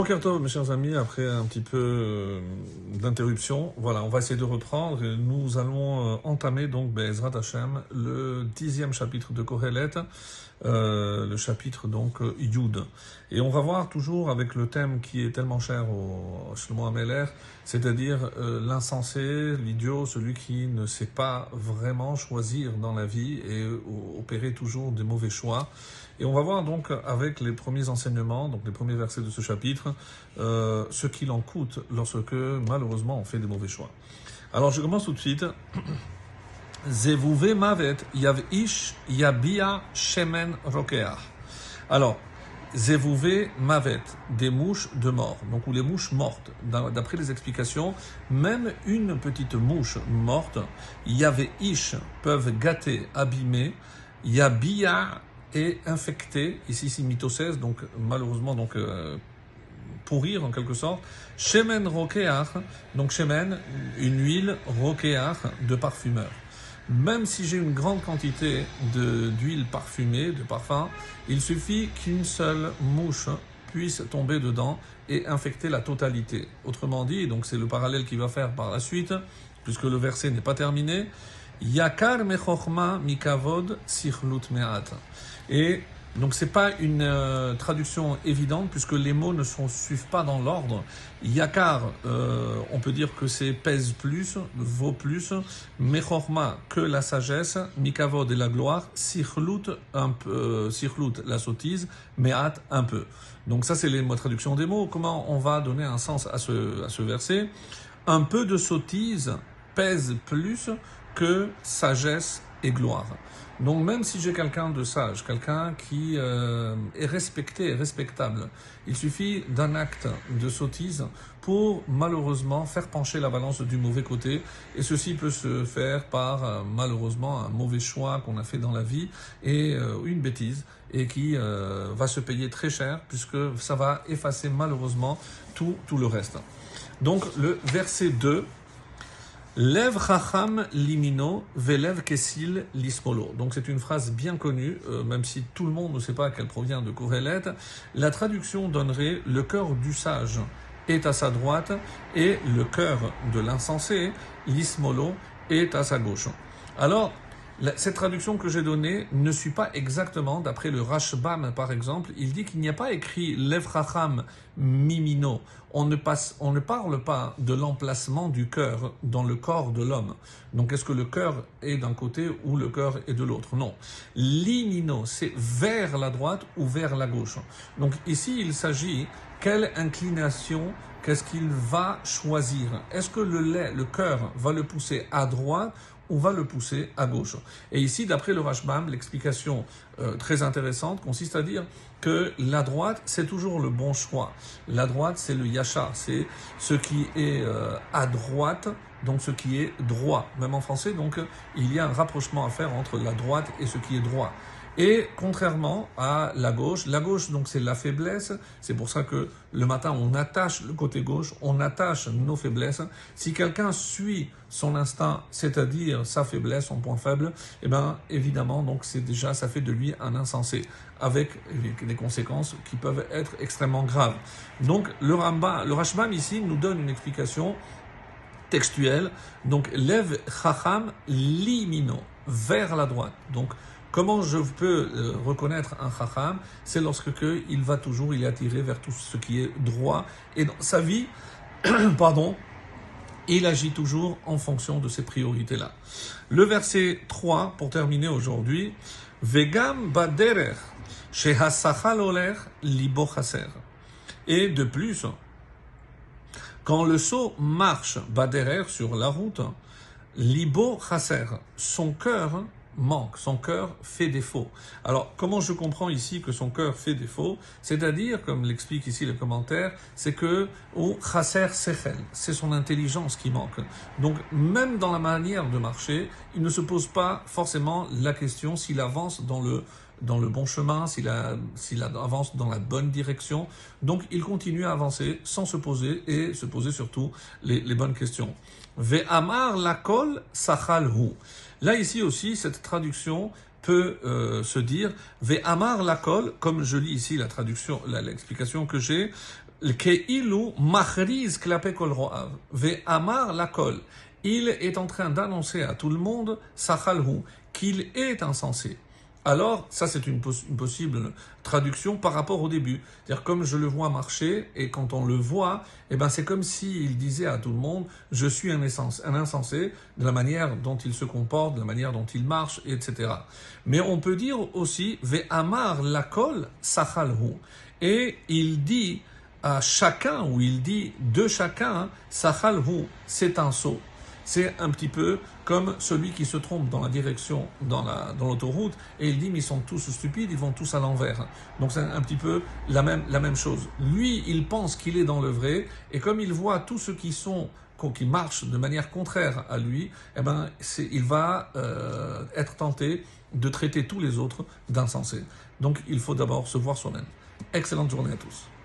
Bonjour Tov, mes chers amis, après un petit peu d'interruption, voilà, on va essayer de reprendre. Et nous allons entamer donc Be'ezrat Hashem le 10e chapitre de Kohelet, le chapitre donc Yud. Et on va voir toujours avec le thème qui est tellement cher au Shlomo HaMelech, c'est-à-dire l'insensé, l'idiot, celui qui ne sait pas vraiment choisir dans la vie et opérer toujours des mauvais choix. Et on va voir donc avec les premiers enseignements, donc les premiers versets de ce chapitre, ce qu'il en coûte lorsque malheureusement on fait des mauvais choix. Alors je commence tout de suite. Zevouve mavet yav ish yabia shemen rokeach. Alors, Zevouve mavet, des mouches de mort, donc ou les mouches mortes. D'après les explications, même une petite mouche morte, yav ish, peuvent gâter, abîmer, yabia et infecté, ici c'est mitocèse, donc malheureusement donc pourrir en quelque sorte. Shemen rokeach, donc shemen, une huile rokeach de parfumeur. Même si j'ai une grande quantité d'huile parfumée, de parfum, il suffit qu'une seule mouche puisse tomber dedans et infecter la totalité. Autrement dit, donc c'est le parallèle qu'il va faire par la suite, puisque le verset n'est pas terminé. Yakar mechochma mikavod sichlut me'at. Et donc c'est pas une traduction évidente puisque les mots ne suivent pas dans l'ordre. Yakar, on peut dire que c'est pèse plus, vaut plus. Mechorma, que la sagesse. Mikavod et la gloire. Sichlut, un peu, sichlut, la sottise. Me'at, un peu. Donc ça c'est les traductions des mots. Comment on va donner un sens à ce verset? Un peu de sottise pèse plus que sagesse et gloire. Donc même si j'ai quelqu'un de sage, quelqu'un qui est respecté et respectable, il suffit d'un acte de sottise pour malheureusement faire pencher la balance du mauvais côté, et ceci peut se faire par malheureusement un mauvais choix qu'on a fait dans la vie et une bêtise, et qui va se payer très cher puisque ça va effacer malheureusement tout le reste. Donc le verset 2, Lev chacham limino velev kesil lismolo. Donc c'est une phrase bien connue, même si tout le monde ne sait pas qu'elle provient de Kohelet. La traduction donnerait: le cœur du sage est à sa droite et le cœur de l'insensé, lismolo, est à sa gauche. Alors, cette traduction que j'ai donnée ne suit pas exactement, d'après le Rashbam par exemple, il dit qu'il n'y a pas écrit Lev Chacham Mimino. On ne parle pas de l'emplacement du cœur dans le corps de l'homme. Donc est-ce que le cœur est d'un côté ou le cœur est de l'autre? Non. Limino, c'est vers la droite ou vers la gauche. Donc ici il s'agit, quelle inclination, qu'est-ce qu'il va choisir? Est-ce que le cœur va le pousser à droite ou va le pousser à gauche? Et ici, d'après le Rashbam, l'explication très intéressante consiste à dire que la droite, c'est toujours le bon choix. La droite, c'est le yachar, c'est ce qui est à droite, donc ce qui est droit. Même en français, donc, il y a un rapprochement à faire entre la droite et ce qui est droit. Et contrairement à la gauche, donc c'est la faiblesse, c'est pour ça que le matin on attache le côté gauche, on attache nos faiblesses. Si quelqu'un suit son instinct, c'est-à-dire sa faiblesse, son point faible, eh bien évidemment donc c'est déjà, ça fait de lui un insensé, avec des conséquences qui peuvent être extrêmement graves. Donc le Rashbam ici nous donne une explication textuelle, donc Lev Chacham Limino, vers la droite. Donc comment je peux reconnaître un chacham? C'est lorsque il est attiré vers tout ce qui est droit. Et dans sa vie, il agit toujours en fonction de ces priorités-là. Le verset 3, pour terminer aujourd'hui, Vegam baderer, shehasachal oler libo chaser. Et de plus, quand le sot marche baderer sur la route, libo chaser, son cœur manque, son cœur fait défaut. Alors, comment je comprends ici que son cœur fait défaut? C'est-à-dire, comme l'explique ici le commentaire, c'est que ou chaser sechel, c'est son intelligence qui manque. Donc, même dans la manière de marcher, il ne se pose pas forcément la question s'il avance dans le bon chemin, s'il avance dans la bonne direction. Donc, il continue à avancer sans se poser, et se poser surtout les bonnes questions. Ve'amar lakol sachal hu. Là, ici aussi, cette traduction peut se dire Ve'amar lakol, comme je lis ici la traduction, l'explication que j'ai, Keilu machriz klape kol ro'av, ve'amar lakol. Il est en train d'annoncer à tout le monde, sachalhu, qu'il est insensé. Alors, ça c'est une possible traduction par rapport au début. C'est-à-dire, comme je le vois marcher, et quand on le voit, eh ben, c'est comme s'il disait à tout le monde, je suis un insensé, de la manière dont il se comporte, de la manière dont il marche, etc. Mais on peut dire aussi, ve'amar lakol sachalhu. Et il dit à chacun, ou il dit de chacun, sachalhu, c'est un sot. C'est un petit peu comme celui qui se trompe dans la direction, dans l'autoroute, et il dit, mais ils sont tous stupides, ils vont tous à l'envers. Donc c'est un petit peu la même chose. Lui, il pense qu'il est dans le vrai, et comme il voit tous ceux qui marchent de manière contraire à lui, eh ben, il va être tenté de traiter tous les autres d'insensés. Donc il faut d'abord se voir soi-même. Excellente journée à tous.